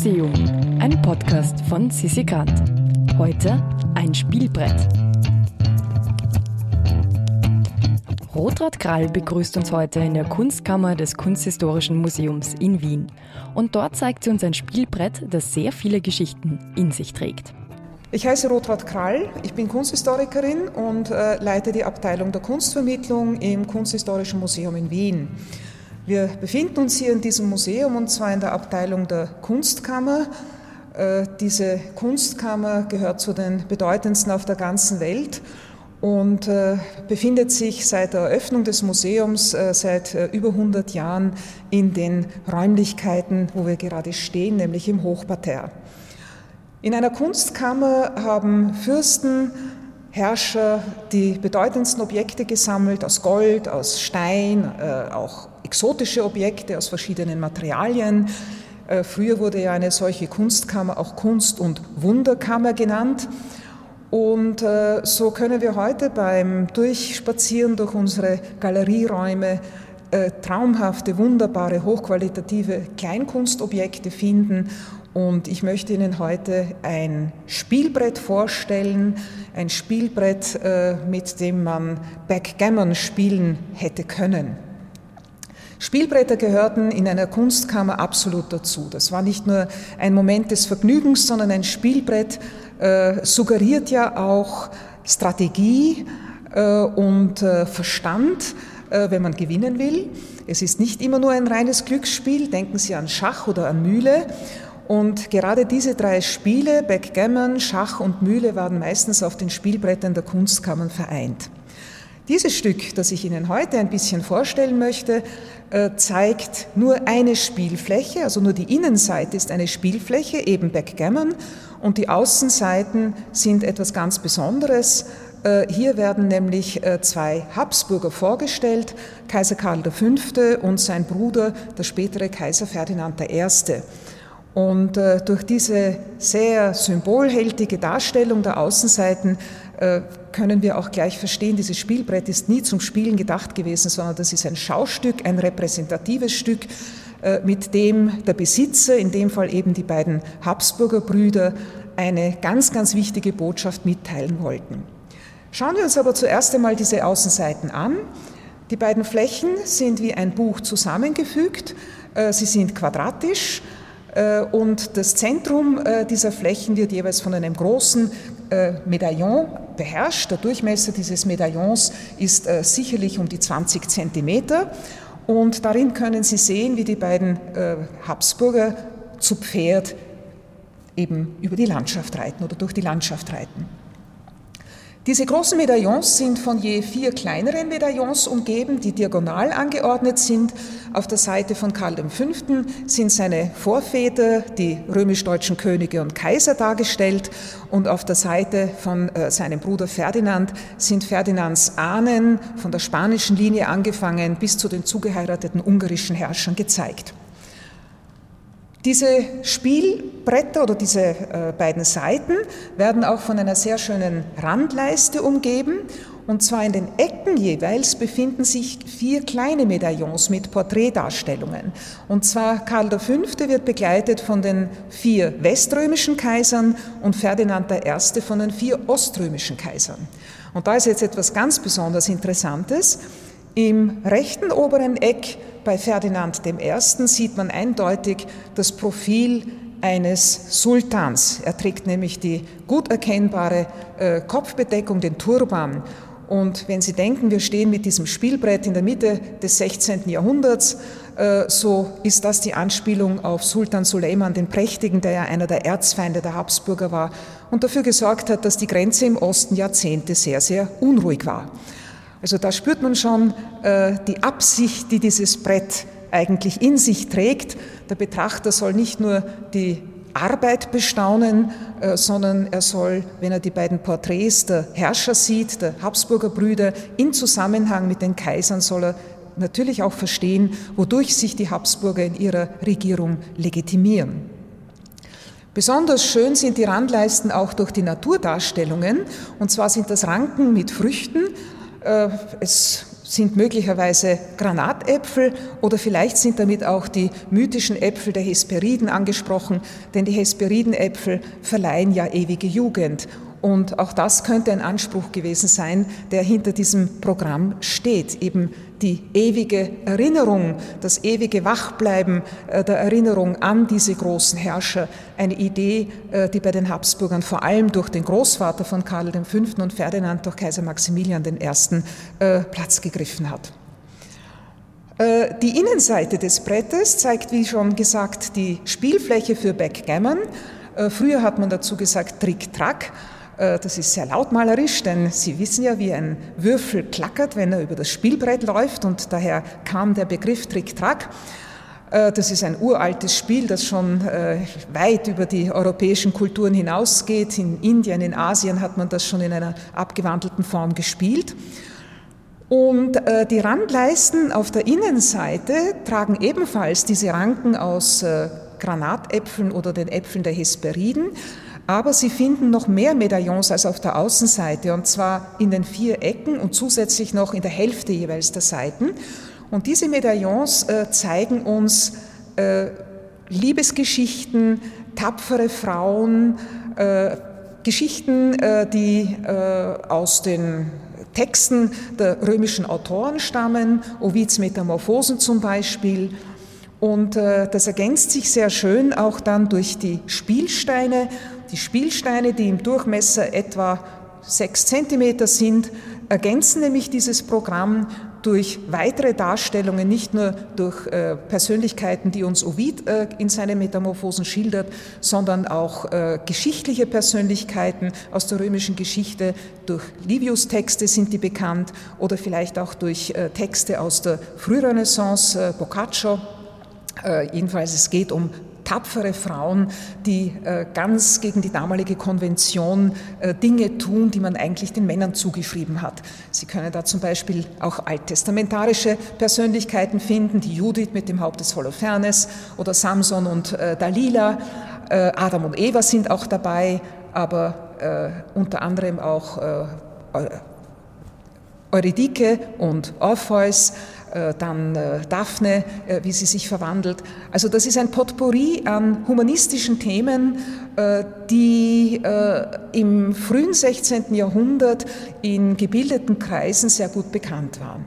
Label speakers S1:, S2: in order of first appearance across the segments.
S1: Museum, ein Podcast von Sissi Grant. Heute ein Spielbrett. Rotraud Krall begrüßt uns heute in der Kunstkammer des Kunsthistorischen Museums in Wien. Und dort zeigt sie uns ein Spielbrett, das sehr viele Geschichten in sich trägt.
S2: Ich heiße Rotraud Krall, ich bin Kunsthistorikerin und leite die Abteilung der Kunstvermittlung im Kunsthistorischen Museum in Wien. Wir befinden uns hier in diesem Museum und zwar in der Abteilung der Kunstkammer. Diese Kunstkammer gehört zu den bedeutendsten auf der ganzen Welt und befindet sich seit der Eröffnung des Museums seit über 100 Jahren in den Räumlichkeiten, wo wir gerade stehen, nämlich im Hochparterre. In einer Kunstkammer haben Fürsten, Herrscher die bedeutendsten Objekte gesammelt, aus Gold, aus Stein, auch exotische Objekte aus verschiedenen Materialien. Früher wurde ja eine solche Kunstkammer auch Kunst- und Wunderkammer genannt. Und so können wir heute beim Durchspazieren durch unsere Galerieräume traumhafte, wunderbare, hochqualitative Kleinkunstobjekte finden. Und ich möchte Ihnen heute ein Spielbrett vorstellen, ein Spielbrett, mit dem man Backgammon spielen hätte können. Spielbretter gehörten in einer Kunstkammer absolut dazu. Das war nicht nur ein Moment des Vergnügens, sondern ein Spielbrett suggeriert ja auch Strategie und Verstand, wenn man gewinnen will. Es ist nicht immer nur ein reines Glücksspiel, denken Sie an Schach oder an Mühle. Und gerade diese drei Spiele, Backgammon, Schach und Mühle, waren meistens auf den Spielbrettern der Kunstkammern vereint. Dieses Stück, das ich Ihnen heute ein bisschen vorstellen möchte, zeigt nur eine Spielfläche, also nur die Innenseite ist eine Spielfläche, eben Backgammon, und die Außenseiten sind etwas ganz Besonderes. Hier werden nämlich zwei Habsburger vorgestellt, Kaiser Karl V. und sein Bruder, der spätere Kaiser Ferdinand I. Und durch diese sehr symbolhältige Darstellung der Außenseiten können wir auch gleich verstehen, dieses Spielbrett ist nie zum Spielen gedacht gewesen, sondern das ist ein Schaustück, ein repräsentatives Stück, mit dem der Besitzer, in dem Fall eben die beiden Habsburger Brüder, eine ganz, ganz wichtige Botschaft mitteilen wollten. Schauen wir uns aber zuerst einmal diese Außenseiten an. Die beiden Flächen sind wie ein Buch zusammengefügt, sie sind quadratisch. Und das Zentrum dieser Flächen wird jeweils von einem großen Medaillon beherrscht. Der Durchmesser dieses Medaillons ist sicherlich um die 20 Zentimeter. Und darin können Sie sehen, wie die beiden Habsburger zu Pferd eben über die Landschaft reiten oder durch die Landschaft reiten. Diese großen Medaillons sind von je 4 kleineren Medaillons umgeben, die diagonal angeordnet sind. Auf der Seite von Karl V. sind seine Vorväter, die römisch-deutschen Könige und Kaiser, dargestellt. Und auf der Seite von seinem Bruder Ferdinand sind Ferdinands Ahnen von der spanischen Linie angefangen bis zu den zugeheirateten ungarischen Herrschern gezeigt. Diese Spielbretter oder diese beiden Seiten werden auch von einer sehr schönen Randleiste umgeben. Und zwar in den Ecken jeweils befinden sich 4 kleine Medaillons mit Porträtdarstellungen. Und zwar Karl V. wird begleitet von den 4 weströmischen Kaisern und Ferdinand I. von den 4 oströmischen Kaisern. Und da ist jetzt etwas ganz besonders Interessantes. Im rechten oberen Eck bei Ferdinand I. sieht man eindeutig das Profil eines Sultans. Er trägt nämlich die gut erkennbare Kopfbedeckung, den Turban. Und wenn Sie denken, wir stehen mit diesem Spielbrett in der Mitte des 16. Jahrhunderts, so ist das die Anspielung auf Sultan Suleiman den Prächtigen, der ja einer der Erzfeinde der Habsburger war und dafür gesorgt hat, dass die Grenze im Osten Jahrzehnte sehr, sehr unruhig war. Also da spürt man schon die Absicht, die dieses Brett eigentlich in sich trägt. Der Betrachter soll nicht nur die Arbeit bestaunen, sondern er soll, wenn er die beiden Porträts der Herrscher sieht, der Habsburger Brüder, in Zusammenhang mit den Kaisern, soll er natürlich auch verstehen, wodurch sich die Habsburger in ihrer Regierung legitimieren. Besonders schön sind die Randleisten auch durch die Naturdarstellungen, und zwar sind das Ranken mit Früchten. Es sind möglicherweise Granatäpfel oder vielleicht sind damit auch die mythischen Äpfel der Hesperiden angesprochen, denn die Hesperidenäpfel verleihen ja ewige Jugend. Und auch das könnte ein Anspruch gewesen sein, der hinter diesem Programm steht, eben die ewige Erinnerung, das ewige Wachbleiben der Erinnerung an diese großen Herrscher, eine Idee, die bei den Habsburgern vor allem durch den Großvater von Karl V. und Ferdinand, durch Kaiser Maximilian I. Platz gegriffen hat. Die Innenseite des Brettes zeigt, wie schon gesagt, die Spielfläche für Backgammon. Früher hat man dazu gesagt Trick-Track. Das ist sehr lautmalerisch, denn Sie wissen ja, wie ein Würfel klackert, wenn er über das Spielbrett läuft, und daher kam der Begriff Trick-Track. Das ist ein uraltes Spiel, das schon weit über die europäischen Kulturen hinausgeht. In Indien, in Asien hat man das schon in einer abgewandelten Form gespielt. Und die Randleisten auf der Innenseite tragen ebenfalls diese Ranken aus Granatäpfeln oder den Äpfeln der Hesperiden. Aber Sie finden noch mehr Medaillons als auf der Außenseite, und zwar in den 4 Ecken und zusätzlich noch in der Hälfte jeweils der Seiten. Und diese Medaillons zeigen uns Liebesgeschichten, tapfere Frauen, Geschichten, die aus den Texten der römischen Autoren stammen, Ovids Metamorphosen zum Beispiel. Und das ergänzt sich sehr schön auch dann durch die Spielsteine. Die Spielsteine, die im Durchmesser etwa 6 cm sind, ergänzen nämlich dieses Programm durch weitere Darstellungen, nicht nur durch Persönlichkeiten, die uns Ovid in seinen Metamorphosen schildert, sondern auch geschichtliche Persönlichkeiten aus der römischen Geschichte. Durch Livius-Texte sind die bekannt oder vielleicht auch durch Texte aus der Frührenaissance, Boccaccio. Jedenfalls, es geht um tapfere Frauen, die ganz gegen die damalige Konvention Dinge tun, die man eigentlich den Männern zugeschrieben hat. Sie können da zum Beispiel auch alttestamentarische Persönlichkeiten finden, die Judith mit dem Haupt des Holofernes oder Samson und Dalila. Adam und Eva sind auch dabei, aber unter anderem auch Eurydike und Orpheus, dann Daphne, wie sie sich verwandelt. Also das ist ein Potpourri an humanistischen Themen, die im frühen 16. Jahrhundert in gebildeten Kreisen sehr gut bekannt waren.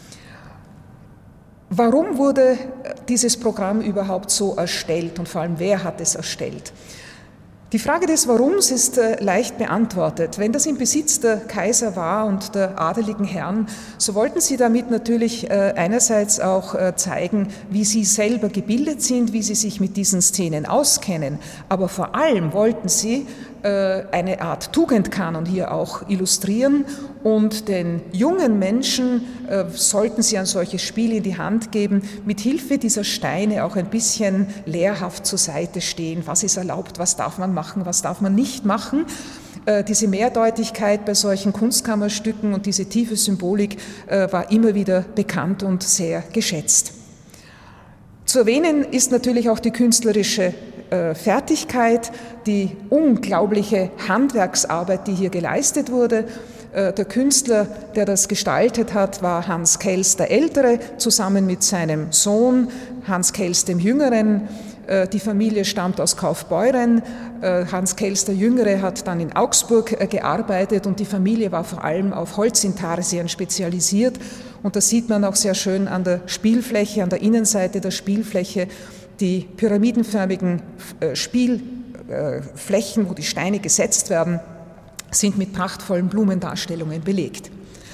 S2: Warum wurde dieses Programm überhaupt so erstellt und vor allem wer hat es erstellt? Die Frage des Warums ist leicht beantwortet. Wenn das im Besitz der Kaiser war und der adeligen Herren, so wollten sie damit natürlich einerseits auch zeigen, wie sie selber gebildet sind, wie sie sich mit diesen Szenen auskennen, aber vor allem wollten sie eine Art Tugendkanon hier auch illustrieren und den jungen Menschen sollten sie ein solches Spiel in die Hand geben, mit Hilfe dieser Steine auch ein bisschen lehrhaft zur Seite stehen, was ist erlaubt, was darf man machen, was darf man nicht machen. Diese Mehrdeutigkeit bei solchen Kunstkammerstücken und diese tiefe Symbolik war immer wieder bekannt und sehr geschätzt. Zu erwähnen ist natürlich auch die künstlerische Fertigkeit, die unglaubliche Handwerksarbeit, die hier geleistet wurde. Der Künstler, der das gestaltet hat, war Hans Kells der Ältere, zusammen mit seinem Sohn Hans Kells dem Jüngeren. Die Familie stammt aus Kaufbeuren. Hans Kells der Jüngere hat dann in Augsburg gearbeitet und die Familie war vor allem auf Holzintarsien spezialisiert. Und das sieht man auch sehr schön an der Spielfläche, an der Innenseite der Spielfläche. Die pyramidenförmigen Spielflächen, wo die Steine gesetzt werden, sind mit prachtvollen Blumendarstellungen belegt.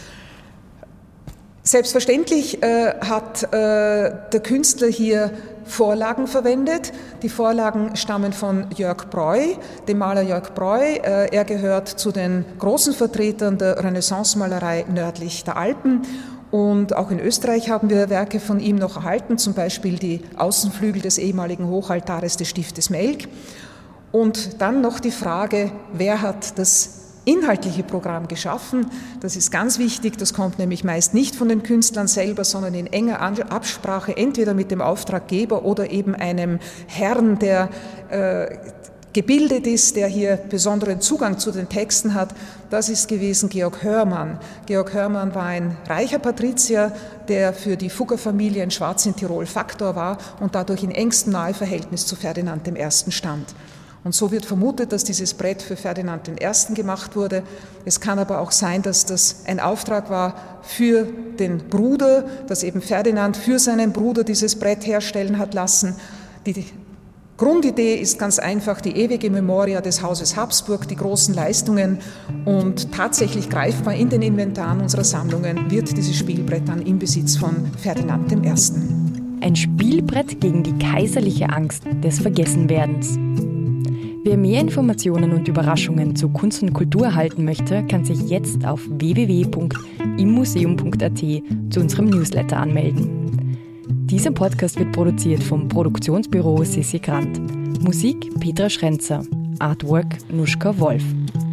S2: Selbstverständlich hat der Künstler hier Vorlagen verwendet. Die Vorlagen stammen von Jörg Breu, dem Maler Jörg Breu. Er gehört zu den großen Vertretern der Renaissance-Malerei nördlich der Alpen. Und auch in Österreich haben wir Werke von ihm noch erhalten, zum Beispiel die Außenflügel des ehemaligen Hochaltares des Stiftes Melk. Und dann noch die Frage, wer hat das inhaltliche Programm geschaffen? Das ist ganz wichtig, das kommt nämlich meist nicht von den Künstlern selber, sondern in enger Absprache entweder mit dem Auftraggeber oder eben einem Herrn, der gebildet ist, der hier besonderen Zugang zu den Texten hat, das ist gewesen Georg Hörmann. Georg Hörmann war ein reicher Patrizier, der für die Fugger-Familie in Schwarz in Tirol Faktor war und dadurch in engstem Naheverhältnis zu Ferdinand I. stand. Und so wird vermutet, dass dieses Brett für Ferdinand I. gemacht wurde. Es kann aber auch sein, dass das ein Auftrag war für den Bruder, dass eben Ferdinand für seinen Bruder dieses Brett herstellen hat lassen. Die Grundidee ist ganz einfach die ewige Memoria des Hauses Habsburg, die großen Leistungen, und tatsächlich greifbar in den Inventaren unserer Sammlungen wird dieses Spielbrett dann im Besitz von Ferdinand I.
S1: Ein Spielbrett gegen die kaiserliche Angst des Vergessenwerdens. Wer mehr Informationen und Überraschungen zu Kunst und Kultur erhalten möchte, kann sich jetzt auf www.immuseum.at zu unserem Newsletter anmelden. Dieser Podcast wird produziert vom Produktionsbüro Sissi Grant. Musik Petra Schrenzer. Artwork Nuschka Wolf.